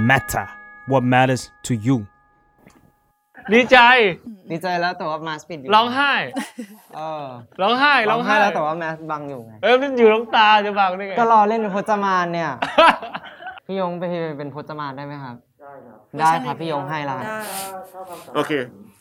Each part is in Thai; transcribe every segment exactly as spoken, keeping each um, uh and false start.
matter what matters to you ดีใจดีใจแล้วแต่ว่ามาสปิดอยู่ร้องไห้เออร้องไห้ร้องไห้แล้วแต่ว่าแมสบังอยู่ไงเออมันอยู่น้ำตาจะบังได้ไงก็รอเล่นเป็นพจมานเนี่ยพี่ยงไปเป็นพจมานได้ไหมครับได้ครับได้ครับพี่ยงให้ละโอเค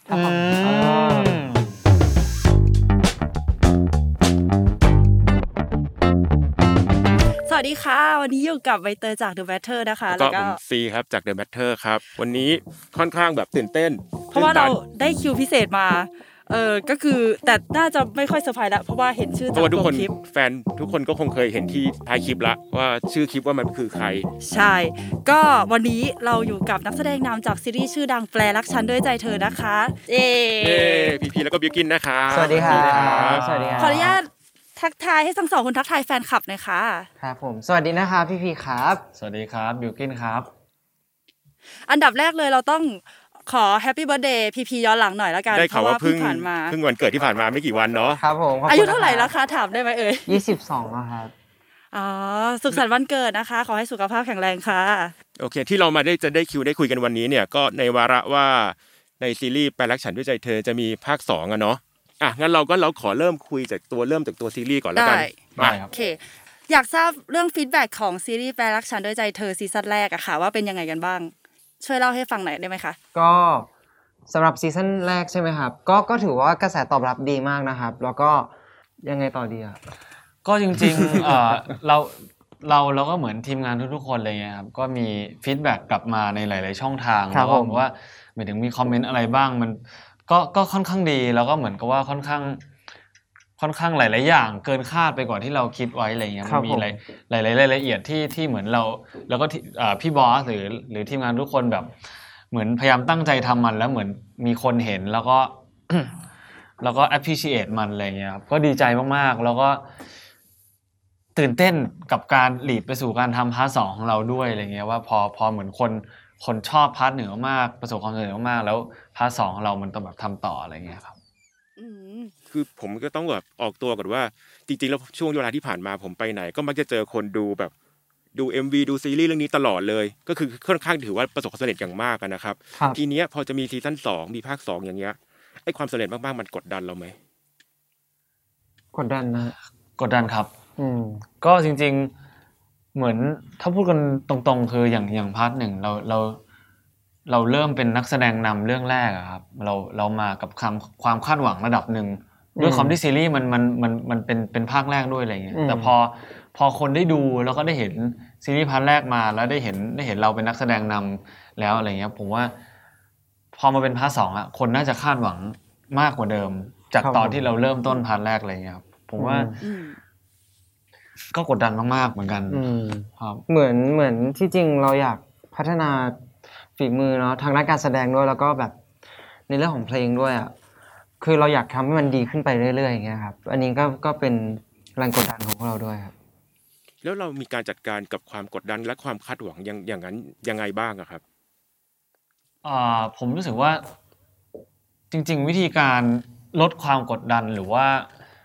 สวัสดีค่ะวันนี้อยู่กับใบเตยจาก The Matter นะคะแล้วก็ผมซีครับจาก The Matter ครับวันนี้ค่อนข้างแบบตื่นเต้นเพราะว่าเราได้คิวพิเศษมาเออก็คือแต่น่าจะไม่ค่อยเซอร์ไพรส์แล้วเพราะว่าเห็นชื่อจากตัวคลิปแฟนทุกคนก็คงเคยเห็นที่ท้ายคลิปละว่าชื่อคลิปว่ามันคือใครใช่ก็วันนี้เราอยู่กับนักแสดงนำจากซีรีส์ชื่อดังแปลรักฉันด้วยใจเธอนะคะเย้พีพีแล้วก็บิวกินนะคะสวัสดีครับสวัสดีครับขออนุญาตทักทายให้ทั้งสองคนทักทายแฟนคลับหน่อยค่ะครับผมสวัสดีนะคะพี่พีครับสวัสดีครับบิวกินครับอันดับแรกเลยเราต้องขอแฮปปี้เบิร์ธเดย์พีพีย้อนหลังหน่อยแล้วกันเพราะว่าเพิ่งผ่านมาเพิ่งวันเกิดที่ผ่านมาไม่กี่วันเนาะครับผมอายุเท่าไหร่แล้วคะถามได้ไหมเอ่ยยี่สิบสองแล้วครับอ๋อสุขสันต์วันเกิดนะคะขอให้สุขภาพแข็งแรงค่ะโอเคที่เรามาได้จะได้คิวได้คุยกันวันนี้เนี่ยก็ในวาระว่าในซีรีส์แปลรักฉันด้วยใจเธอจะมีภาคสองอ่ะเนาะอ่ะงั้นเราก็เราขอเริ่มคุยจากตัวเริ่มจากตัวซีรีส์ก่อนแล้วกันได้ครับโอเคอยากทราบเรื่องฟีดแบ็กของซีรีส์แปลรักฉันด้วยใจเธอซีซั่นแรกอะค่ะว่าเป็นยังไงกันบ้างช่วยเล่าให้ฟังหน่อยได้ไหมคะก็สำหรับซีซั่นแรกใช่ไหมครับก็ก็ถือว่ากระแสตอบรับดีมากนะครับแล้วก็ยังไงต่อดีอ่ะก็จริงๆเอ่อเราเราเราก็เหมือนทีมงานทุกๆคนเลยไงครับก็มีฟีดแบ็กกลับมาในหลายๆช่องทางแล้วก็ว่าหมายถึงมีคอมเมนต์อะไรบ้างมันก็ก็ค่อนข้างดีแล้วก็เหมือนกับว่าค่อนข้างค่อนข้างหลายๆอย่างเกินคาดไปกว่าที่เราคิดไว้อะไรเงี้ยมันมีหลายหลายๆรายละเอียดที่ที่เหมือนเราแล้วก็พี่บอสหรือหรือทีมงานทุกคนแบบเหมือนพยายามตั้งใจทำมันแล้วเหมือนมีคนเห็นแล้วก็ แล้วก็ appreciate มันอะไรเงี้ยครับก็ดีใจมากๆแล้วก็ตื่นเต้นกับการลีดไปสู่การทำพาร์ทสองของเราด้วยอะไรเงี้ยว่าพอพอเหมือนคนคนชอบพาร์ทหนึ่งมากประสบความสำเร็จมากแล้วพาร์ทสองของเรามันต้องแบบทำต่ออะไรเงี้ยครับคือผมก็ต้องแบบออกตัวก่อนว่าจริงๆแล้วช่วงเวลาที่ผ่านมาผมไปไหนก็มักจะเจอคนดูแบบดู เอ็ม วี ดูซีรีส์เรื่องนี้ตลอดเลยก็คือค่อนข้างถือว่าประสบความสำเร็จอย่างมากนะครับทีเนี้ยพอจะมีซีซั่นสองมีภาคสองอย่างเงี้ยไอ้ความสำเร็จมากๆมันกดดันเราไหมกดดันนะกดดันครับอืมก็จริงๆเหมือนถ้าพูดกันตรงๆคืออย่างอย่างพาร์ทหนึ่งเราเราเราเริ่มเป็นนักแสดงนำเรื่องแรกอะครับเราเรามากับความความคาดหวังระดับหนึ่งด้วยความที่ซีรีส์มันมันมันมันเป็นเป็นภาคแรกด้วยอะไรเงี้ยแต่พอพอคนได้ดูแล้วก็ได้เห็นซีรีส์พาร์ทแรกมาแล้วได้เห็นได้เห็นเราเป็นนักแสดงนำแล้วอะไรเงี้ยผมว่าพอมาเป็นพาร์ทสองอะคนน่าจะคาดหวังมากกว่าเดิมจากตอนที่เราเริ่มต้นพาร์ทแรกอะไรเงี้ยครับผมว่าก็กดดันมากๆเหมือนกันครับเหมือนเหมือนที่จริงเราอยากพัฒนาฝีมือเนาะทางด้านการแสดงด้วยแล้วก็แบบในเรื่องของเพลงด้วยอ่ะคือเราอยากทำให้มันดีขึ้นไปเรื่อยๆอย่างเงี้ยครับอันนี้ก็ก็เป็นแรงกดดันของพวกเราด้วยครับแล้วเรามีการจัดการกับความกดดันและความคาดหวังอย่างอย่างนั้นยังไงบ้างอะครับอ่าผมรู้สึกว่าจริงๆวิธีการลดความกดดันหรือว่า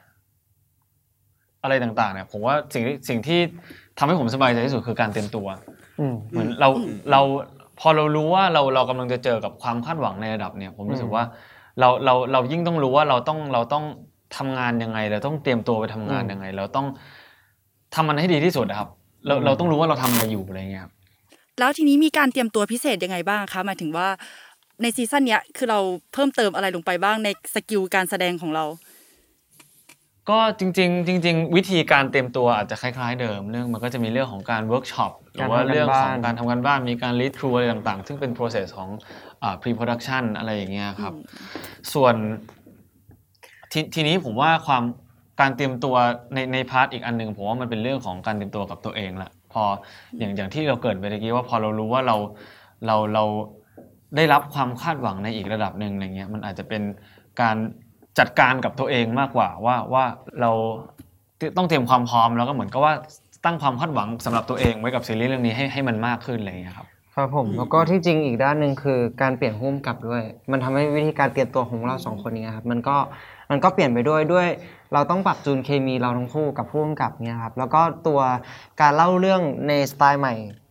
อะไรต่างๆเนี่ยผมว่าสิ่งที่สิ่งที่ทำให้ผมสบายใจที่สุดคือการเตรียมตัวเหมือนเราเราพอเรารู้ว่าเราเรากำลังจะเจอกับความคาดหวังในระดับเนี่ยผมรู้สึกว่าเราเราเรายิ่งต้องรู้ว่าเราต้องเราต้องทำงานยังไงเราต้องเตรียมตัวไปทำงานยังไงเราต้องทำมันให้ดีที่สุดนะครับเราเราต้องรู้ว่าเราทำอะไรอยู่อะไรเงี้ยครับแล้วทีนี้มีการเตรียมตัวพิเศษยังไงบ้างคะหมายถึงว่าในซีซั่นเนี้ยคือเราเพิ่มเติมอะไรลงไปบ้างในสกิลการแสดงของเราก็จริงๆจริงๆวิธีการเตรียมตัวอาจจะคล้ายๆเดิมเรื่องมันก็จะมีเรื่องของการเวิร์กช็อปหรือว่าเรื่องของการทำงานบ้านมีการ lead through อะไรต่างๆซึ่งเป็น process ของอ่า pre production อะไรอย่างเงี้ยครับส่วนททีนี้ผมว่าความการเตรียมตัวในในพาร์ทอีกอันนึงผมว่ามันเป็นเรื่องของการเตรียมตัวกับตัวเองละพออย่างอย่างที่เราเกิดไปเมื่อกี้ว่าพอเรารู้ว่าเราเราเราได้รับความคาดหวังในอีกระดับนึงอะไรเงี้ยมันอาจจะเป็นการจัดการกับตัวเองมากกว่าว่าว่าเราต้องเตรียมความพร้อมแล้วก็เหมือนกับว่าตั้งความคาดหวังสำหรับตัวเองไว้กับซีรีส์เรื่องนี้ให้ให้มันมากขึ้นอะไรอย่างเงี้ยครับครับผมแล้วก็ที่จริงอีกด้านนึงคือการเปลี่ยนผู้กำกับด้วยมันทำให้วิธีการเตรียมตัวของเราสองคนนี้ครับมันก็มันก็เปลี่ยนไปด้วยด้วยเราต้องปรับจูนเคมีเราทั้งคู่กับผู้กำกับเนี่ยครับแล้วก็ตัวการเล่าเรื่องในสไตล์ใหม่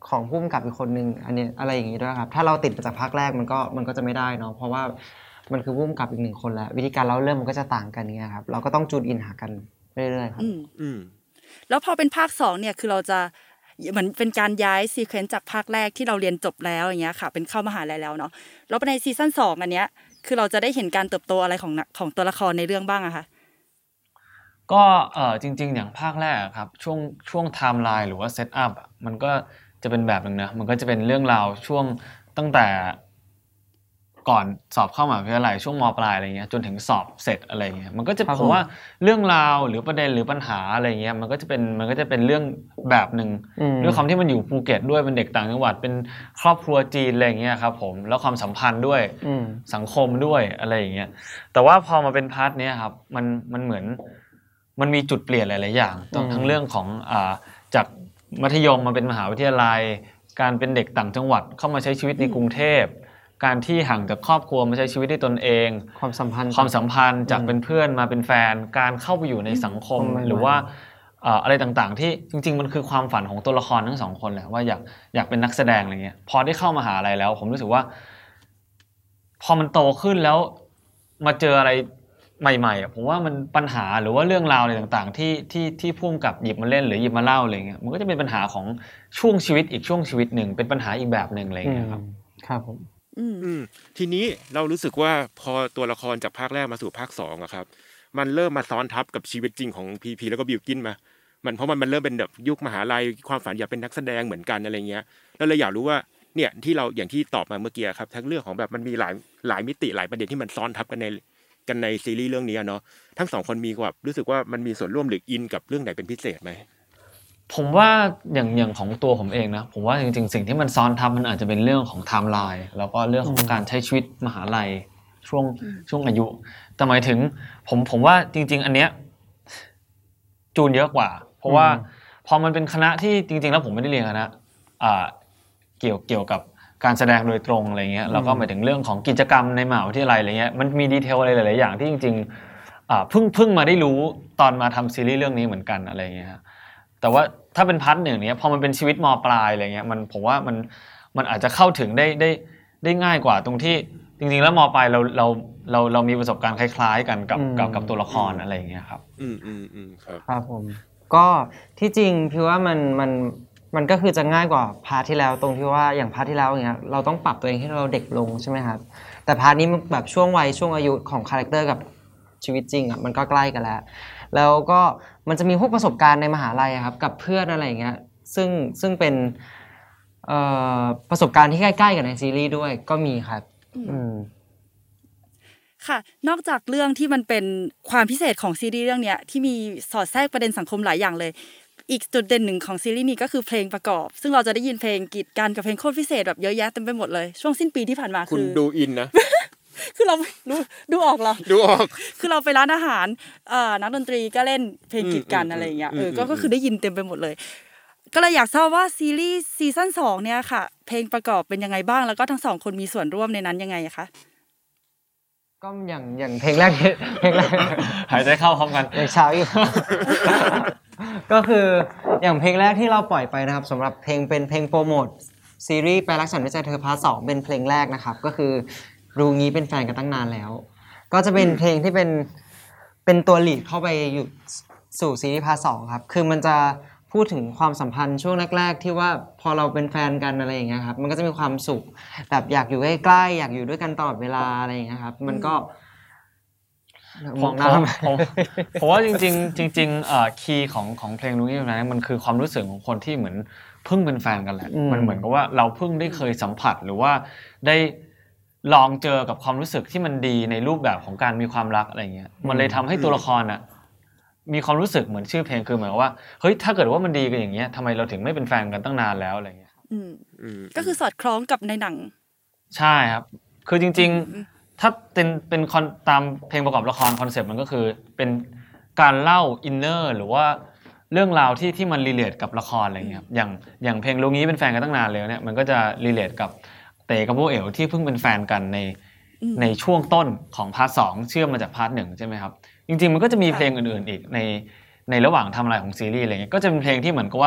ของผู้กำกับอีกคนนึงอันนี้อะไรอย่างนี้ด้วยครับถ้าเราติดมาจากภาคแรกมันก็มันก็จะไม่ได้เนาะเพราะว่ามันคือผู้กำกับอีกหนึ่งคนแล้ววิธีการเล่าเรื่องมันก็จะต่างกันเงี้ยครับเราก็ต้องจูนอินหากันเรื่อยๆครับอืมอืมแล้วพอเป็นภาคสองเนี่ยคือเราจะเหมือนเป็นการย้ายซีเควนซ์จากภาคแรกที่เราเรียนจบแล้วอย่างเงี้ยค่ะเป็นเข้ามหาลัยแล้วเนาะแล้วในซีซั่นสองอันเนี้ยคือเราจะได้เห็นการเติบโตอะไรของของตัวละครในเรื่องบ้างอะคะก็เออจริงๆอย่างภาคแรกครับช่วงช่วงไทม์ไลน์หรือว่าเซตอัพมันก็จะเป็นแบบนึงนะมันก็จะเป็นเรื่องราวช่วงตั้งแต่ก่อนสอบเข้ามหาวิทยาลัยช่วงม.ปลายอะไรเงี้ยจนถึงสอบเสร็จอะไรเงี้ยมันก็จะผมว่าเรื่องราวหรือประเด็นหรือปัญหาอะไรเงี้ยมันก็จะเป็นมันก็จะเป็นเรื่องแบบนึงด้วยความที่มันอยู่ภูเก็ตด้วยเป็นเด็กต่างจังหวัดเป็นครอบครัวจีนอะไรเงี้ยครับผมแล้วความสัมพันธ์ด้วยสังคมด้วยอะไรอย่างเงี้ยแต่ว่าพอมาเป็นพาร์ทเนี้ยครับมันมันเหมือนมันมีจุดเปลี่ยนหลายๆอย่างทั้งเรื่องของอ่าจากมัธยมมาเป็นมหาวิทยาลัยการเป็นเด็กต่างจังหวัดเข้ามาใช้ชีวิตในกรุงเทพการที่ห่างจากครอบครัวมาใช้ชีวิตด้วยตนเองความสัมพันธ์ความสัมพันธ์จากเป็นเพื่อนมาเป็นแฟนการเข้าไปอยู่ในสังคมหรือว่าอะไรต่างๆที่จริงๆมันคือความฝันของตัวละครทั้งสองคนแหละว่าอยากอยากเป็นนักแสดงอะไรเงี้ยพอได้เข้ามหาลัยแล้วผมรู้สึกว่าพอมันโตขึ้นแล้วมาเจออะไรใหม่ๆผมว่ามันปัญหาหรือว่าเรื่องราวอะไรต่างๆที่ที่ที่พุ่งกับหยิบมาเล่นหรือหยิบมาเล่าอะไรเงี้ยมันก็จะเป็นปัญหาของช่วงชีวิตอีกช่วงชีวิตหนึ่งเป็นปัญหาอีกแบบนึงอะไรเงี้ยครับครับผมอืมทีนี้เรารู้สึกว่าพอตัวละครจากภาคแรกมาสู่ภาคสองอะครับมันเริ่มมาซ้อนทับกับชีวิตจริงของพีพีแล้วก็บิวกินมามันเพราะมันมันเริ่มเป็นแบบยุคมหาลัยความฝันอยากเป็นนักแสดงเหมือนกันอะไรเงี้ยแล้วเลยอยากรู้ว่าเนี่ยที่เราอย่างที่ตอบมาเมื่อกี้ครับทั้งเรื่องของแบบมันมีหลายหลายมิติหลายประเด็นที่มันซ้อนทับกันในกันในซีรีส์เรื่องนี้เนาะทั้งสองคนมีแบบรู้สึกว่ามันมีส่วนร่วมหรืออินกับเรื่องไหนเป็นพิเศษไหมผมว่าอย่างอย่างของตัวผมเองนะผมว่าจริงๆสิ่งที่มันซ้อนทับมันอาจจะเป็นเรื่องของไทม์ไลน์แล้วก็เรื่องของการใช้ชีวิตมหาลัยช่วงช่วงอายุแต่หมายถึงผมผมว่าจริงๆอันเนี้ยจูนเยอะกว่าเพราะว่าพอมันเป็นคณะที่จริงๆแล้วผมไม่ได้เรียนคณะอ่าเกี่ยวเกี่ยวกับการแสดงโดยตรงอะไรเงี้ยแล้วก็หมายถึงเรื่องของกิจกรรมในมหาวิทยาลัยอะไรเงี้ยมันมีดีเทลอะไรหลายๆอย่างที่จริงๆอ่าเพิ่งเพิ่งมาได้รู้ตอนมาทำซีรีส์เรื่องนี้เหมือนกันอะไรเงี้ยแต่ว่าถ้าเป็นพาร์ทหนึ่งเนี้ยพอมันเป็นชีวิตม.ปลายอะไรเงี้ยมันผมว่ามันมันอาจจะเข้าถึงได้ได้ได้ง่ายกว่าตรงที่จริงๆแล้วม.ปลายเราเราเราเรามีประสบการณ์คล้ายๆกันกับกับกับตัวละครอะไรอย่างเงี้ยครับอืมอืมอืมครับครับผมก็ที่จริงพี่ว่ามันมันมันก็คือจะง่ายกว่าพาร์ทที่แล้วตรงที่ว่าอย่างพาร์ทที่แล้วอย่างเงี้ยเราต้องปรับตัวเองให้เราเด็กลงใช่ไหมครับแต่พาร์ทนี้แบบช่วงวัยช่วงอายุของคาแรคเตอร์กับชีวิตจริงอ่ะมันก็ใกล้กันแล้วแล้วก็มันจะมีพวกประสบการณ์ในมหาลัยครับกับเพื่อนอะไรอย่างเงี้ยซึ่งซึ่งเป็นเอ่อประสบการณ์ที่ใกล้ๆกับในซีรีส์ด้วยก็มีครับอืมค่ะนอกจากเรื่องที่มันเป็นความพิเศษของซีรีส์เรื่องนี้ที่มีสอดแทรกประเด็นสังคมหลายอย่างเลยอีกจุดเด่นหนึ่งของซีรีส์นี้ก็คือเพลงประกอบซึ่งเราจะได้ยินเพลงกีดกันกับเพลงโคตรพิเศษแบบเยอะแยะเต็มไปหมดเลยช่วงสิ้นปีที่ผ่านมาคือคุณดูอินนะคือเราดูดูออกเหรอดูออกคือเราไปร้านอาหารเอ่อนักดนตรีก็เล่นเพลงกีดกันอะไรอย่างเงี้ยเออก็ก็คือได้ยินเต็มไปหมดเลยก็เลยอยากทราบว่าซีรีส์ซีซั่นสองเนี่ยค่ะเพลงประกอบเป็นยังไงบ้างแล้วก็ทั้งสองคนมีส่วนร่วมในนั้นยังไงคะก็อย่างอย่างเพลงแรกเพลงแรกหายใจเข้าพร้อมกันอย่างเช้าอีกก็คืออย่างเพลงแรกที่เราปล่อยไปนะครับสำหรับเพลงเป็นเพลงโปรโมทซีรีส์แปลรักฉันด้วยใจเธอพาร์ทสองเป็นเพลงแรกนะครับก็คือรู้งี้เป็นแฟนกันตั้งนานแล้วก็จะเป็นเพลงที่เป็นเป็นตัวลีดเข้าไปอยู่สู่ซีรีส์พาร์ทสองครับคือมันจะพูดถึงความสัมพันธ์ช่วงแรกๆที่ว่าพอเราเป็นแฟนกันอะไรอย่างเงี้ยครับมันก็จะมีความสุขแบบอยากอยู่ใกล้ๆอยากอยู่ด้วยกันตลอดเวลาอะไรอย่างเงี้ยครับมันก็มองหน้าผมผมว่าจริงๆจริงๆเอ่อคีย์ของของเพลงรู้งี้นะมันคือความรู้สึกของคนที่เหมือนเพิ่งเป็นแฟนกันแหละมันเหมือนกับว่าเราเพิ่งได้เคยสัมผัสหรือว่าได้ลองเจอกับความรู้สึกที่มันดีในรูปแบบของการมีความรักอะไรเงี้ยมันเลยทำให้ตัวละครน่ะมีความรู้สึกเหมือนชื่อเพลงคือเหมือนว่าเฮ้ยถ้าเกิดว่ามันดีกันอย่างเงี้ยทำไมเราถึงไม่เป็นแฟนกันตั้งนานแล้วอะไรเงี้ยอืมก็คือสอดคล้องกับในหนังใช่ครับคือจริงๆถ้าเป็นเป็นคอนตามเพลงประกอบละครคอนเซ็ปต์มันก็คือเป็นการเล่าอินเนอร์หรือว่าเรื่องราวที่ที่มันรีเลทกับละครอะไรเงี้ยอย่างอย่างเพลงรู้งี้เป็นแฟนกันตั้งนานเลยเนี่ยมันก็จะรีเลทกับเต๋กับโบเอ๋วที่เพิ่งเป็นแฟนกันในในช่วงต้นของพาร์ทสองเชื่อมมาจากพาร์ทหนึ่งใช่ไหมครับจริงๆมันก็จะมีเพลงอื่นๆอีกในในระหว่างทำอะไรของซีรีส์อะไรเงี้ยก็จะเป็นเพลงที่เหมือนกับว่า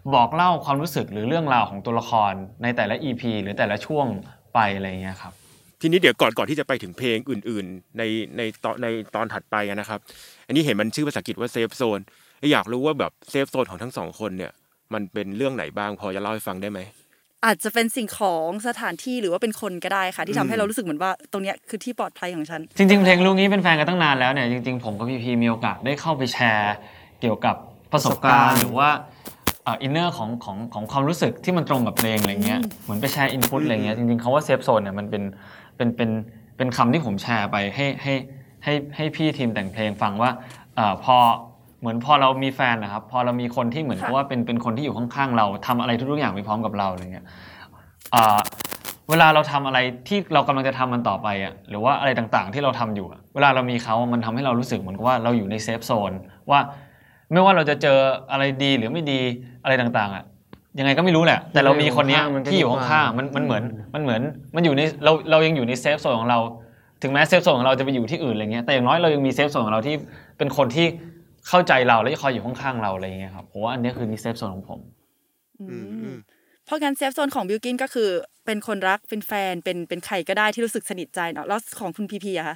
บอกเล่าความรู้สึกหรือเรื่องราวของตัวละครในแต่ละ อี พี หรือแต่ละช่วงไปอะไรเงี้ยครับทีนี้เดี๋ยวก่อนก่อนที่จะไปถึงเพลงอื่นๆในในตอนในตอนถัดไปนะครับอันนี้เห็นมันชื่อภาษาอังกฤษว่าเซฟโซนอยากรู้ว่าแบบเซฟโซนของทั้งสองคนเนี่ยมันเป็นเรื่องไหนบ้างพอจะเล่าให้ฟังได้ไหมอาจจะเป็นสิ่งของสถานที่หรือว่าเป็นคนก็ได้ค่ะที่ทำให้เรารู้สึกเหมือนว่าตรงเนี้ยคือที่ปลอดภัยของฉันจริงๆเพลงลูกนี้เป็นแฟนกันตั้งนานแล้วเนี่ยจริงๆผมกับพีพีมีโอกาสได้เข้าไปแชร์เกี่ยวกับประสบการณ์หรือว่าอินเนอร์ของของของความรู้สึกที่มันตรงกับเพลงอะไรเงี้ยเหมือนไปแชร์อินพุตอะไรเงี้ยจริงๆคำว่าเซฟโซนเนี่ยมันเป็นเป็นเป็นเป็นคำที่ผมแชร์ไปให้ให้ให้ให้พี่ทีมแต่งเพลงฟังว่าพอเหมือนพอเรามีแฟนนะครับพอเรามีคนที่เหมือนกับว่าเป็นเป็นคนที่อยู่ข้างๆเราทำอะไรทุกๆอย่างไปพร้อมกับเราอะไรเงี้ยเวลาเราทำอะไรที่เรากำลังจะทำมันต่อไปอ่ะหรือว่าอะไรต่างๆที่เราทำอยู่เวลาเรามีเขามันทำให้เรารู้สึกเหมือนกับว่าเราอยู่ในเซฟโซนว่าไม่ว่าเราจะเจออะไรดีหรือไม่ดีอะไรต่างๆอ่ะยังไงก็ไม่รู้แหละแต่เรามีคนนี้ที่อยู่ข้างๆมันมันเหมือนมันเหมือนมันอยู่ในเราเรายังอยู่ในเซฟโซนของเราถึงแม้เซฟโซนของเราจะไปอยู่ที่อื่นอะไรเงี้ยแต่อย่างน้อยเรายังมีเซฟโซนของเราที่เป็นคนที่เข้าใจเราและคอยอยู่ข้างๆเราอะไรเงี้ยครับผมว่าอันนี้คือเซฟโซนของผมเพราะงั้นเซฟโซนของบิลกินก็คือเป็นคนรักเป็นแฟนเป็นเป็นใครก็ได้ที่รู้สึกสนิทใจเนาะแล้วของคุณพีพีอะคะ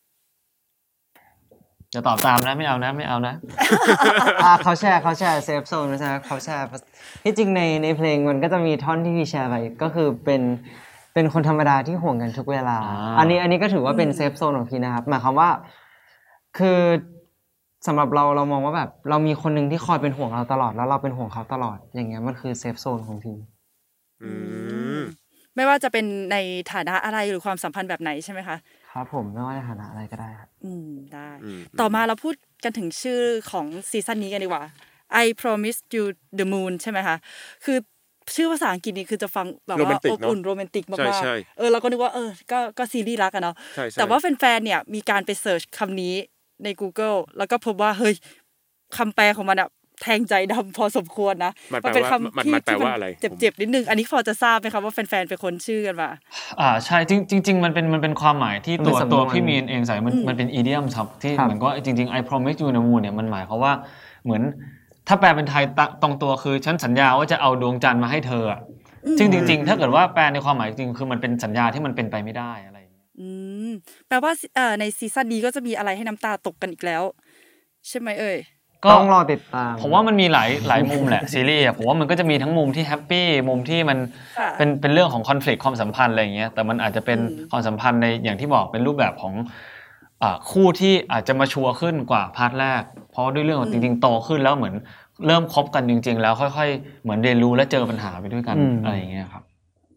จะตอบตามนะไม่เอานะไม่เอานะเขาแชร์เขาแชร์เซฟโซนใช่ไหมเขาแชร์ที่จริงในในเพลงมันก็จะมีท่อนที่พี่แชร์ไปก็คือเป็นเป็นคนธรรมดาที่ห่วงกันทุกเวลาอันนี้อันนี้ก็ถือว่าเป็นเซฟโซนของพี่นะครับหมายความว่าคือสำหรับเราเรามองว่าแบบเรามีคนหนึ่งที่คอยเป็นห่วงเราตลอดแล้วเราเป็นห่วงเขาตลอดอย่างเงี้ยมันคือเซฟโซนของพี่ไม่ว่าจะเป็นในฐานะอะไรหรือความสัมพันธ์แบบไหนใช่ไหมคะครับผมไม่ว่าในฐานะอะไรก็ได้ครับอืมได้ต่อมาเราพูดกันถึงชื่อของซีซั่นนี้กันดีกว่า I Promise You the Moon ใช่ไหมคะคือชื่อภาษาอังกฤษนี่คือจะฟังแบบว่าอบอุ่นโรแมนติกมากๆเออเราก็นึกว่าเออก็ก็ซีรีส์รักอะเนาะแต่ว่าแฟนๆเนี่ยมีการไปเสิร์ชคำนี้ใน Google แล้วก็พบว่าเฮ้ยคำแปลของมันอะแทงใจดำพอสมควรนะมันเป็นคำที่ที่มันเจ็บๆนิดนึงอันนี้พอจะทราบไหมครับว่าแฟนๆเป็นคนชื่อกันมาอ่าใช่จริงๆมันเป็นมันเป็นความหมายที่ตัวตัวพี่มีนเองใส่มันมันเป็นอีเดียมครับที่เหมือนก็จริงๆ I promise you the moon เนี่ยมันหมายความว่าเหมือนถ้าแปลเป็นไทยตรงตัวคือฉันสัญญาว่าจะเอาดวงจันทร์มาให้เธอซึ่งจริงๆถ้าเกิดว่าแปลในความหมายจริงคือมันเป็นสัญญาที่มันเป็นไปไม่ได้อะไรอย่างเงี้ยอืมแปลว่าเอ่อในซีซั่นนี้ก็จะมีอะไรให้น้ำตาตกกันอีกแล้วใช่ไหมเอ่ยต้องรอติดตามผมว่ามันมีหลายหลายมุมแหละซีรีส์ผมว่ามันก็จะมีทั้งมุมที่แฮปปี้มุมที่มันเป็นเป็นเรื่องของคอนฟลิกต์ความสัมพันธ์อะไรอย่างเงี้ยแต่มันอาจจะเป็นความสัมพันธ์ในอย่างที่บอกเป็นรูปแบบของอ่าคู่ที่อาจจะมาชัวร์ขึ้นกว่าพาร์ทแรกเพราะด้วยเรื่องของจริงๆโตขึ้นแล้วเหมือนเริ่มคบกันจริงๆแล้วค่อยๆเหมือนเรียนรู้และเจอปัญหาไปด้วยกันอะไรอย่างเงี้ยครับ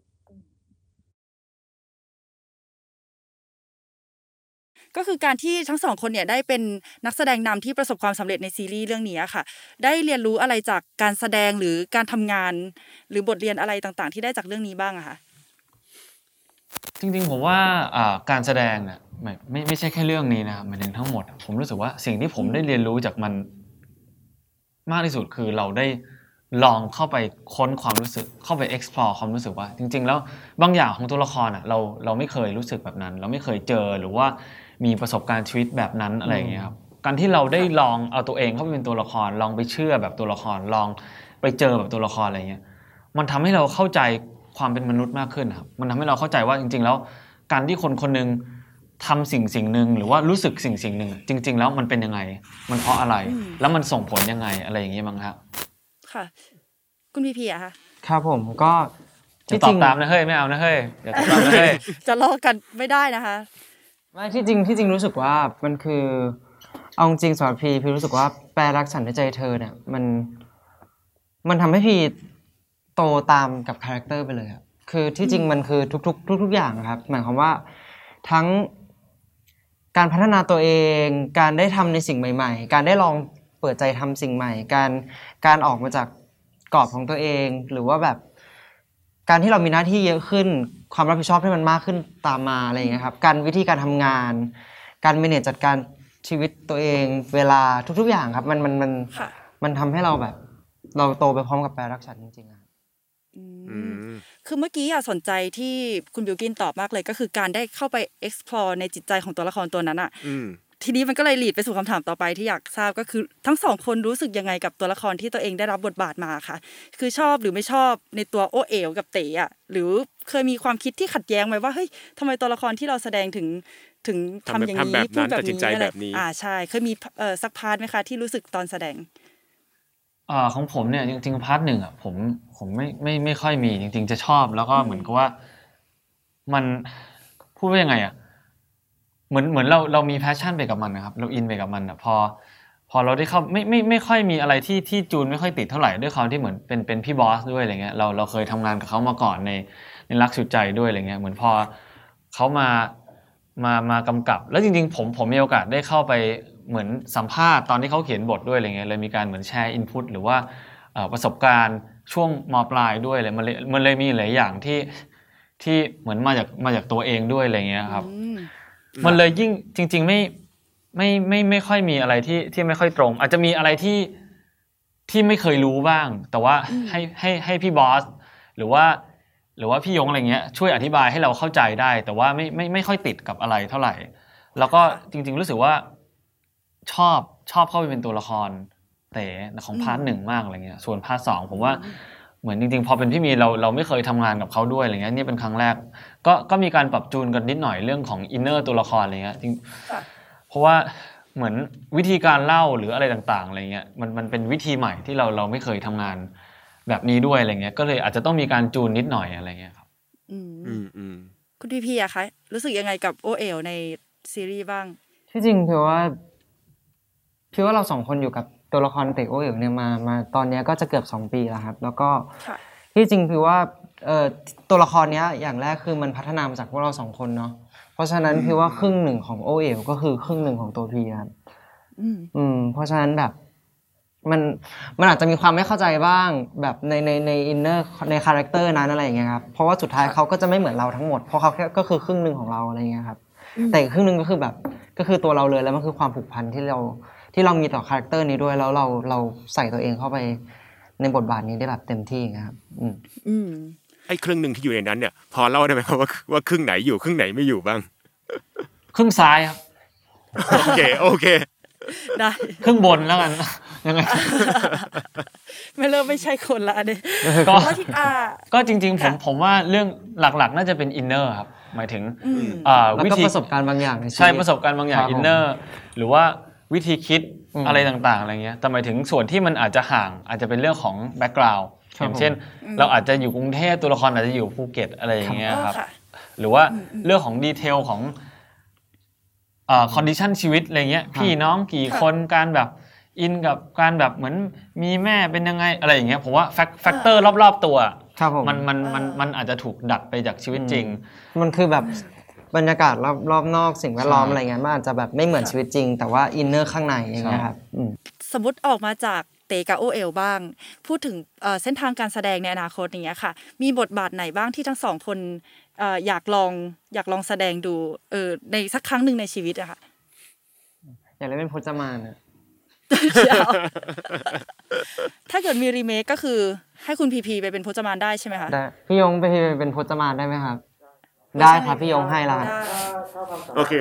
ก็คือการที่ทั้งสองคนเนี่ยได้เป็นนักแสดงนำที่ประสบความสำเร็จในซีรีส์เรื่องนี้ค่ะได้เรียนรู้อะไรจากการแสดงหรือการทำงานหรือบทเรียนอะไรต่างๆที่ได้จากเรื่องนี้บ้างอะคะจริงๆผมว่าการแสดงเนี่ยไม่ไม่ไม่ใช่แค่เรื่องนี้นะครับหมายถึงทั้งหมดผมรู้สึกว่าสิ่งที่ผมได้เรียนรู้จากมันมากที่สุดคือเราได้ลองเข้าไปค้นความรู้สึกเข้าไป explore ความรู้สึกว่าจริงๆแล้วบางอย่างของตัวละครอ่ะเราเราไม่เคยรู้สึกแบบนั้นเราไม่เคยเจอหรือว่ามีประสบการณ์ชีวิตแบบนั้นอะไรอย่างเงี้ยครับการที่เราได้ลองเอาตัวเองเข้าไปเป็นตัวละครลองไปเชื่อแบบตัวละครลองไปเจอแบบตัวละครอะไรเงี้ยมันทำให้เราเข้าใจความเป็นมนุษย์มากขึ้นครับมันทำให้เราเข้าใจว่าจริงๆแล้วการที่คนคนนึงทำสิ่งสิ่งหนึ่งหรือว่ารู้สึกสิ่งสิ่งหนึ่งจริงๆแล้วมันเป็นยังไงมันเพราะอะไรแล้วมันส่งผลยังไงอะไรอย่างเงี้ยมั้งครับค่ะคุณพีพีอะคะครับผมก็จะตอบตามนะเฮ้ยไม่เอานะเฮ้ยอย่าตอบตามนะเฮ้ยจะลอกกันไม่ได้นะคะไม่ที่จริงที่จริงรู้สึกว่ามันคือเอาจริงสำหรับพี่พี่รู้สึกว่าแปลรักฉันในใจเธอเนี่ยมันมันทำให้พี่โตตามกับคาแรคเตอร์ไปเลยครับคือที่จริงมันคือทุกๆทุกๆอย่างครับหมายความว่าทั้งการพัฒนาตัวเองการได้ทำในสิ่งใหม่ๆการได้ลองเปิดใจทำสิ่งใหม่การการออกมาจากกรอบของตัวเองหรือว่าแบบการที่เรามีหน้าที่เยอะขึ้นความรับผิดชอบที่มันมากขึ้นตามมาอะไรอย่างเงี้ยครับการวิธีการทำงานการเมเนจจัดการชีวิตตัวเองเวลาทุกๆอย่างครับมันมันมันมันทำให้เราแบบเราโตไปพร้อมกับแปลรักฉันจริงๆครับคือเมื่อกี้อยากสนใจที่คุณบิลกินตอบมากเลยก็คือการได้เข้าไป explore ในจิตใจของตัวละครตัวนั้นอ่ะทีนี้มันก็เลยลีดไปสู่คำถามต่อไปที่อยากทราบก็คือทั้งสองคนรู้สึกยังไงกับตัวละครที่ตัวเองได้รับบทบาทมาค่ะคือชอบหรือไม่ชอบในตัวโอเอ๋วกับเต๋อ่ะหรือเคยมีความคิดที่ขัดแย้งไหมว่าเฮ้ยทำไมตัวละครที่เราแสดงถึงถึงทำอย่างนี้พูดแบบนี้อะไรอ่าใช่เคยมีเอ่อสักพาร์ทไหมคะที่รู้สึกตอนแสดงอ่าของผมเนี่ยจริงๆพาร์ทหนึ่งอ่ะผมผมไม่ไม่ไม่ค่อยมีจริงๆจะชอบแล้วก็เหมือนกับว่ามันพูดว่ายังไงอ่ะเหมือนเหมือนเราเรามีแพชชั่นไปกับมันนะครับเราอินไปกับมันอ่ะพอพอเราได้เข้าไม่ไม่ไม่ค่อยมีอะไรที่ที่จูนไม่ค่อยติดเท่าไหร่ด้วยความที่เหมือนเป็นเป็นพี่บอสด้วยอะไรเงี้ยเราเราเคยทำงานกับเขามาก่อนในในรักสุดใจด้วยอะไรเงี้ยเหมือนพอเขามามามากำกับแล้วจริงๆผมผมมีโอกาสได้เข้าไปเหมือนสัมภาษณ์ตอนที่เขาเขียนบทด้วยอะไรเงี้ยเลยมีการเหมือนแชร์อินพุตหรือว่าประสบการณ์ช่วงม.ปลายด้วยเลยมันเลยมันเลยมีหลายอย่างที่ที่เหมือนมาจากมาจากตัวเองด้วยอะไรเงี้ยครับมันเลยยิ่งจริงๆไม่ไม่ไม่ไม่ค่อยมีอะไรที่ที่ไม่ค่อยตรงอาจจะมีอะไรที่ที่ไม่เคยรู้บ้างแต่ว่าให้ให้ให้พี่บอสหรือว่าหรือว่าพี่ยงอะไรเงี้ยช่วยอธิบายให้เราเข้าใจได้แต่ว่าไม่ไม่ไม่ค่อยติดกับอะไรเท่าไหร่แล้วก็จริงๆรู้สึกว่าชอบชอบเข้าไปเป็นตัวละครเต๋ของพาร์ทหนึ่งมากอะไรเงี้ยส่วนพาร์ทสองผมว่าเหมือนจริงๆพอเป็นพี่มีเราเราไม่เคยทำงานกับเขาด้วยอะไรเงี้ยนี่เป็นครั้งแรกก็ก็มีการปรับจูนกันนิดหน่อยเรื่องของอินเนอร์ตัวละครอะไรเงี้ยจริงเพราะว่าเหมือนวิธีการเล่าหรืออะไรต่างๆอะไรเงี้ยมันมันเป็นวิธีใหม่ที่เราเราไม่เคยทำงานแบบนี้ด้วยอะไรเงี้ยก็เลยอาจจะต้องมีการจูนนิดหน่อยอะไรเงี้ยครับอืมอืมคุณพี่พี่อะคะรู้สึกยังไงกับโอเอ๋วในซีรีส์บ้างที่จริงคือว่าพี่ว่าเราสองคนอยู่กับตัวละครเต๋อโอเอ๋วเนี่ยมามาตอนนี้ก็จะเกือบสองปีแล้วครับแล้วก็ที่จริงคือว่าเอ่อตัวละครเนี้ยอย่างแรกคือมันพัฒนามาจากพวกเราสองคนเนาะเพราะฉะนั้นพี่ว่าครึ่งหนึ่งของโอเอ๋วก็คือครึ่งหนึ่งของตัวพี่ครับอืมอืมเพราะฉะนั้นแบบมันมันอาจจะมีความไม่เข้าใจบ้างแบบในในในอินเนอร์ในคาแรคเตอร์นั้นอะไรอย่างเงี้ยครับเพราะว่าสุดท้ายเขาก็จะไม่เหมือนเราทั้งหมดเพราะเขาแค่ก็คือครึ่งนึงของเราอะไรเงี้ยครับแต่อีกครึ่งนึงก็คือแบบก็คือตัวเราเลยแล้วมันคือความผูกพันที่เราที่เรามีต่อคาแรคเตอร์นี้ด้วยแล้วเราเราใส่ตัวเองเข้าไปในบทบาทนี้ได้แบบเต็มที่นะครับอืมอืมไอ้ครึ่งนึงที่อยู่ในนั้นเนี่ยพอเล่าได้ไหมครับว่าว่าครึ่งไหนอยู่ครึ่งไหนไม่อยู่บ้างครึ่งซ้ายครับโอเคโอเคได้ครึ่งบนแล้วกันยังไงไม่เริ่มไม่ใช่คนละเนี่ยก็ก็จริงๆผมผมว่าเรื่องหลักๆน่าจะเป็นอินเนอร์ครับหมายถึงวิธีประสบการณ์บางอย่างใช่ประสบการณ์บางอย่างอินเนอร์หรือว่าวิธีคิดอะไรต่างๆอะไรเงี้ยแต่หมายถึงส่วนที่มันอาจจะห่างอาจจะเป็นเรื่องของแบ็คกราวด์อย่างเช่นเราอาจจะอยู่กรุงเทพตัวละครอาจจะอยู่ภูเก็ตอะไรอย่างเงี้ยครับหรือว่าเรื่องของดีเทลของอ่าคอนดิชันชีวิตอะไรเงี้ยพี่น้องกี่คนการแบบอินกับการแบบเหมือนมีแม่เป็นยังไงอะไรอย่างเงี้ยผมว่าแฟกเตอร์รอบๆตัวมันมันมันมันอาจจะถูกดัดไปจากชีวิตจริงมันคือแบบบรรยากาศรอบรอบนอกสิ่งแวดล้อมอะไรเงี้ยมันอาจจะแบบไม่เหมือนชีวิตจริงแต่ว่าอินเนอร์ข้างในอย่างเงี้ยครับสมมติออกมาจากเต๋กับโอเอ๋วบ้างพูดถึงเส้นทางการแสดงในอนาคตอย่างเงี้ยค่ะมีบทบาทไหนบ้างที่ทั้งสองคนอยากลองอยากลองแสดงดูเออในสักครั้งหนึ่งในชีวิตอะค่ะอยากเล่นเป็นพจมานอะถ้าเกิดมีรีเมคก็คือให้คุณพีพีไปเป็นพจมานได้ใช่ไหมคะได้พี่ยงไปเป็นพจมานได้ไหมครับได้ครับพี่ยงให้ละโอเค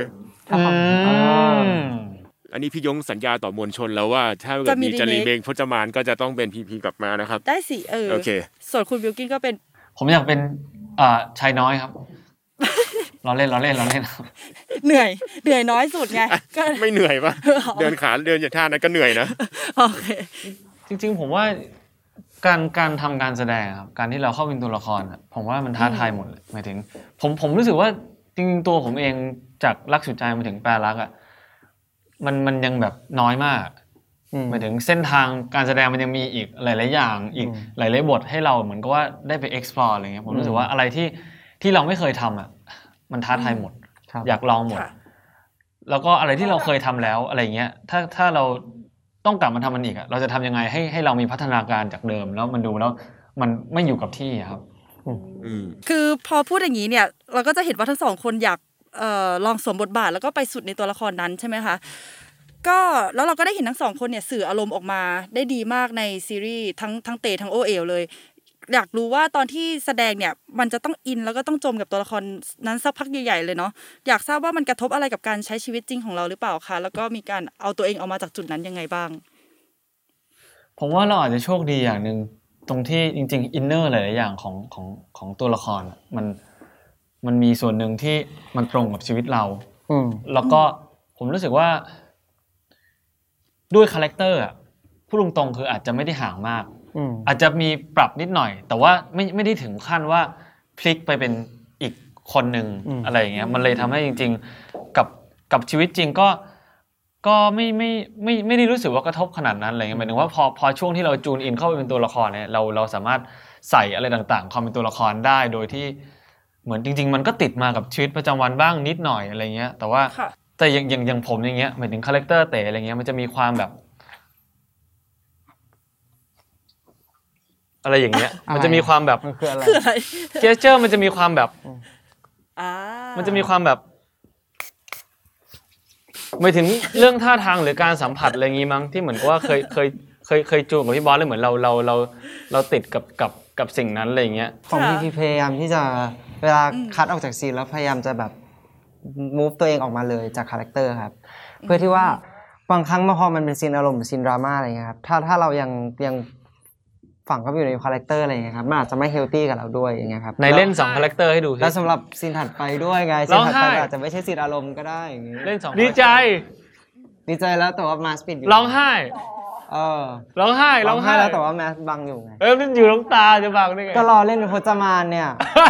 อันนี้พี่ยงสัญญาต่อมวลชนแล้วว่าถ้าเกิดมีจะรีเมคพจมานก็จะต้องเป็นพีพีกลับมานะครับได้สิเออโอเคส่วนคุณบิลกินก็เป็นผมอยากเป็นชายน้อยครับเราเล่นเราเล่นเราเล่นเหนื่อยเหนื่อยน้อยสุดไงไม่เหนื่อยปะเดินขาเดินอย่างท่านั้นก็เหนื่อยนะโอเคจริงๆผมว่าการการทำการแสดงครับการที่เราเข้าเป็นตัวละครผมว่ามันท้าทายหมดเลยหมายถึงผมผมรู้สึกว่าจริงๆตัวผมเองจากรักสุดใจมาถึงแปรรักอ่ะมันมันยังแบบน้อยมากหมายถึงเส้นทางการแสดงมันยังมีอีกหลายๆอย่างอีกหลายๆบทให้เราเหมือนกับว่าได้ไป explore อะไรเงี้ยผมรู้สึกว่าอะไรที่ที่เราไม่เคยทำอ่ะมันท้าทายหมดอยากลองหมดแล้วก็อะไรที่เราเคยทำแล้วอะไรเงี้ยถ้าถ้าเราต้องกลับมาทำมันอีกอ่ะเราจะทำยังไงให้ให้เรามีพัฒนาการจากเดิมแล้วมันดูแล้วมันไม่อยู่กับที่ครับคือพอพูดอย่างนี้เนี่ยเราก็จะเห็นว่าทั้งสองคนอยากเอ่อลองสวมบทบาทแล้วก็ไปสุดในตัวละครนั้นใช่ไหมคะก็แล้วเราก็ได้เห็นทั้งสองคนเนี่ยสื่ออารมณ์ออกมาได้ดีมากในซีรีส์ทั้งทั้งเตทั้งโอเอ๋วเลยอยากรู้ว่าตอนที่แสดงเนี่ยมันจะต้องอินแล้วก็ต้องจมกับตัวละครนั้นสักพักใหญ่ๆเลยเนาะอยากทราบว่ามันกระทบอะไรกับการใช้ชีวิตจริงของเราหรือเปล่าคะแล้วก็มีการเอาตัวเองออกมาจากจุดนั้นยังไงบ้างผมว่าเราอาจจะโชคดีอย่างนึงตรงที่จริงๆอินเนอร์หลายๆอย่างของของของตัวละครมันมันมีส่วนหนึ่งที่มันตรงกับชีวิตเราแล้วก็ผมรู้สึกว่าด้วยคาแรคเตอร์อ่ะพูดตรงๆคืออาจจะไม่ได้ห่างมากอาจจะมีปรับนิดหน่อยแต่ว่าไม่ไม่ได้ถึงขั้นว่าพลิกไปเป็นอีกคนหนึ่งอะไรอย่างเงี้ยมันเลยทำให้จริงๆกับกับชีวิตจริงก็ก็ไม่ไม่ไม่ไม่ได้รู้สึกว่ากระทบขนาดนั้นอะไรเงี้ยหมายถึงว่าพอพอช่วงที่เราจูนอินเข้าไปเป็นตัวละครเนี่ยเราเราสามารถใส่อะไรต่างๆความเป็นตัวละครได้โดยที่เหมือนจริงๆมันก็ติดมากับชีวิตประจำวันบ้างนิดหน่อยอะไรเงี้ยแต่ว่าแต่อย่างอย่างอย่างผมอย่างเงี้ยหมายถึงคาแรคเตอร์เต๋อะไรเงี้ยมันจะมีความแบบอะไรอย่างเงี้ยมันจะมีความแบบคืออะไรคืออะไรเจสเจอร์มันจะมีความแบบอ่ามันจะมีความแบบหมายถึงเรื่องท่าทางหรือการสัมผัสอะไรงี้มั้งที่เหมือนกับว่าเคยเคยเคยเคยจูนกับพี่บอสเลยเหมือนเราเราเราเราติดกับกับกับสิ่งนั้นอะไรอย่างเงี้ยของพี่พี่พยายามที่จะเวลาคัดออกจากซีนแล้วพยายามจะแบบ move ตัวเองออกมาเลยจากคาแรคเตอร์ครับเพื่อที่ว่าบางครั้งพอมันเป็นซีนอารมณ์หรือซีนดราม่าอะไรเงี้ยครับถ้าถ้าเรายังยังฝังเข้าไปอยู่ในคาแรคเตอร์อะไรเงี้ยครับมันอาจจะไม่เฮลตี้กับเราด้วยอย่างเงี้ยครับในเล่นสองคาแรคเตอร์ให้ดูแล้วสำหรับซีนถัดไปด้วยไงซีนถัดไปอาจจะไม่ใช่ซีนอารมณ์ก็ได้อย่างงี้เล่นสองดีใจดีใจแล้วแต่ว่ามาสปิดอยู่ร้องไห้เออร้องไห้ร้องไห้แล้วแต่ว่าแมสบังอยู่ไงเออมันอยู่น้ำตาจะบังได้ไงก็รอเล่นเป็นพจมานเนี่ย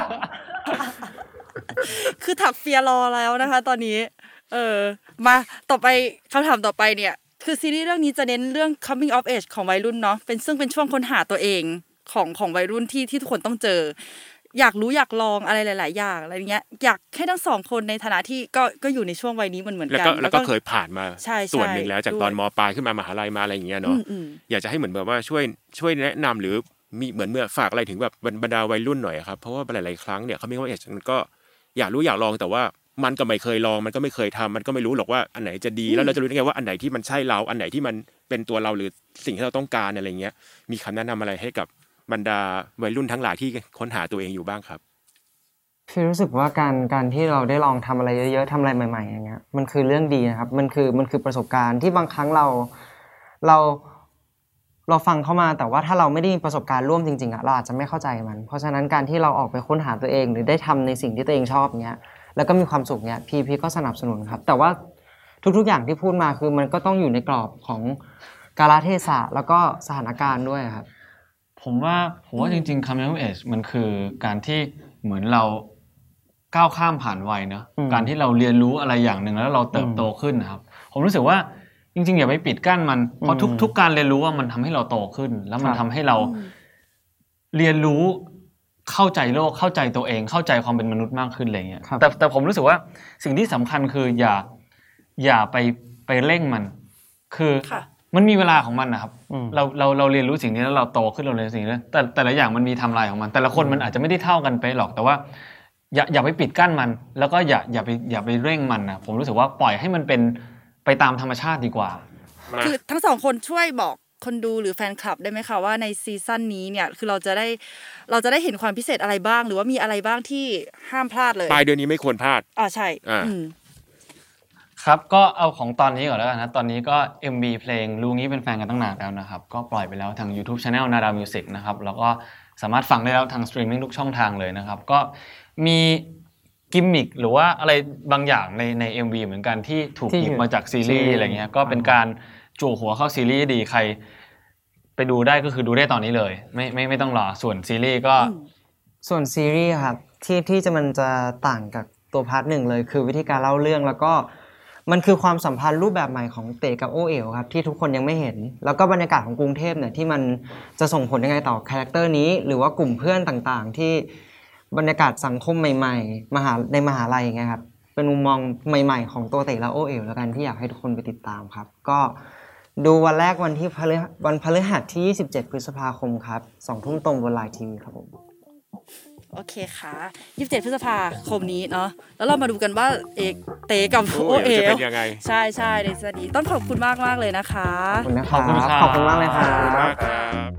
คือถักเฟียรอแล้วนะคะตอนนี้เออมาต่อไปคำถามต่อไปเนี่ยคือซีรีส์เรื่องนี้จะเน้นเรื่อง coming of age ของวัยรุ่นเนาะเป็นซึ่งเป็นช่วงค้นหาตัวเองของของวัยรุ่นที่ที่ทุกคนต้องเจออยากรู้อยากลองอะไรหลายๆอย่างอะไรเงี้ยอยากให้ทั้งสองคนในฐานะที่ก็ก็อยู่ในช่วงวัยนี้เหมือนเหมือนกันแล้วก็เคยผ่านมาส่วนหนึ่งแล้วจากตอนม.ปลายขึ้นมามหาลัยมาอะไรอย่างเงี้ยเนาะอยากจะให้เหมือนแบบว่าช่วยช่วยแนะนำหรือมีเหมือนเมื่อฝากอะไรถึงแบบบรรดาวัยรุ่นหน่อยครับเพราะว่าหลายๆครั้งเนี่ย coming of age มันก็อยากรู้อยากลองแต่ว่ามันก็ไม่เคยลองมันก็ไม่เคยทำมันก็ไม่รู้หรอกว่าอันไหนจะดีแล้วเราจะรู้ได้ไงว่าอันไหนที่มันใช่เราอันไหนที่มันเป็นตัวเราหรือสิ่งที่เราต้องการอะไรเงี้ยมีคำแนะนำอะไรให้กับบรรดาวัยรุ่นทั้งหลายที่ค้นหาตัวเองอยู่บ้างครับพี่รู้สึกว่าการการที่เราได้ลองทำอะไรเยอะๆทำอะไรใหม่ๆอย่างเงี้ยมันคือเรื่องดีนะครับมันคือมันคือประสบการณ์ที่บางครั้งเราเราเราฟังเข้ามาแต่ว่าถ้าเราไม่ได้มีประสบการณ์ร่วมจริงๆอ่ะเราอาจจะไม่เข้าใจมันเพราะฉะนั้นการที่เราออกไปค้นหาตัวเองหรือได้ทำในสิ่งที่ตัวเองชอบเงี้ยแล้วก็มีความสุขเนี้ยพี่พี่ก็สนับสนุนครับแต่ว่าทุกๆอย่างที่พูดมาคือมันก็ต้องอยู่ในกรอบของกาลเทศะแล้วก็สถานการณ์ด้วยครับผมว่าผมว่าจริงๆ coming of age มันคือการที่เหมือนเราก้าวข้ามผ่านวัยเนอะการที่เราเรียนรู้อะไรอย่างหนึ่งแล้วเราเติบโตขึ้นนะครับผมรู้สึกว่าจริงๆอย่าไปปิดกั้นมันเพราะทุกทุกการเรียนรู้ว่ามันทำให้เราโตขึ้นแล้วมันทำให้เราเรียนรู้เข้าใจโลกเข้าใจตัวเองเข้าใจความเป็นมนุษย์มากขึ้นอะไรเงี้ยแต่แต่ผมรู้สึกว่าสิ่งที่สำคัญคืออย่าอย่าไปไปเร่งมันคือมันมีเวลาของมันนะครับเราเราเราเรียนรู้สิ่งนี้แล้วเราโตขึ้นเราเรียนสิ่งนี้แต่แต่ละอย่างมันมีไทม์ไลน์ของมันแต่ละคนมันอาจจะไม่ได้เท่ากันไปหรอกแต่ว่าอย่าอย่าไปปิดกั้นมันแล้วก็อย่าอย่าไปอย่าไปเร่งมันนะผมรู้สึกว่าปล่อยให้มันเป็นไปตามธรรมชาติดีกว่าคือทั้งสองคนช่วยบอกคนดูหรือแฟนคลับได้ไหมคะว่าในซีซั่นนี้เนี่ยคือเราจะได้เราจะได้เห็นความพิเศษอะไรบ้างหรือว่ามีอะไรบ้างที่ห้ามพลาดเลยปลายเดือนนี้ไม่ควรพลาดอ๋อใช่ครับก็เอาของตอนนี้ก่อนแล้วกันนะตอนนี้ก็ เอ็ม วี เพลงรู้งี้เป็นแฟนกันตั้งนานแล้วนะครับก็ปล่อยไปแล้วทาง YouTube Channel Nada Music นะครับแล้วก็สามารถฟังได้แล้วทางสตรีมมิ่งทุกช่องทางเลยนะครับก็มีกิมมิคหรือว่าอะไรบางอย่างในใน เอ็ม วี เหมือนกันที่ถูกหยิบมาจากซีรีส์อะไรเงี้ยก็เป็นการจู่หัวเข้าซีรีส์ดีใครไปดูได้ก็คือดูได้ตอนนี้เลยไม่ไม่ไม่ต้องรอส่วนซีรีส์ก็ส่วนซีรีส์ครับที่ที่จะมันจะต่างกับตัวพาร์ทหนึ่งเลยคือวิธีการเล่าเรื่องแล้วก็มันคือความสัมพันธ์รูปแบบใหม่ของเต๋กับโอเอ๋วครับที่ทุกคนยังไม่เห็นแล้วก็บรรยากาศของกรุงเทพเนี่ยที่มันจะส่งผลยังไงต่อคาแรคเตอร์นี้หรือว่ากลุ่มเพื่อนต่างๆที่บรรยากาศสังคมใหม่ๆมหาในมหาลัยอย่างเงี้ยครับเป็นมุมมองใหม่ๆของตัวเต๋และโอเอ๋วแล้วกันที่อยากให้ทุกคนไปติดตามครับก็ดูวันแรกวันที่วันพฤหัสที่ยี่สิบเจ็ดพฤษภาคมครับสองทุ่มตรงบนไลน์ทีวีครับผมโอเคค่ะยี่สิบเจ็ดพฤษภาคมนี้เนาะแล้วเรามาดูกันว่าเอกเตกับโอเอ๋วใช่ๆในสวัสดีต้องขอบคุณมากๆเลยนะคะขอบคุณนะครับขอบคุณมากเลยครับ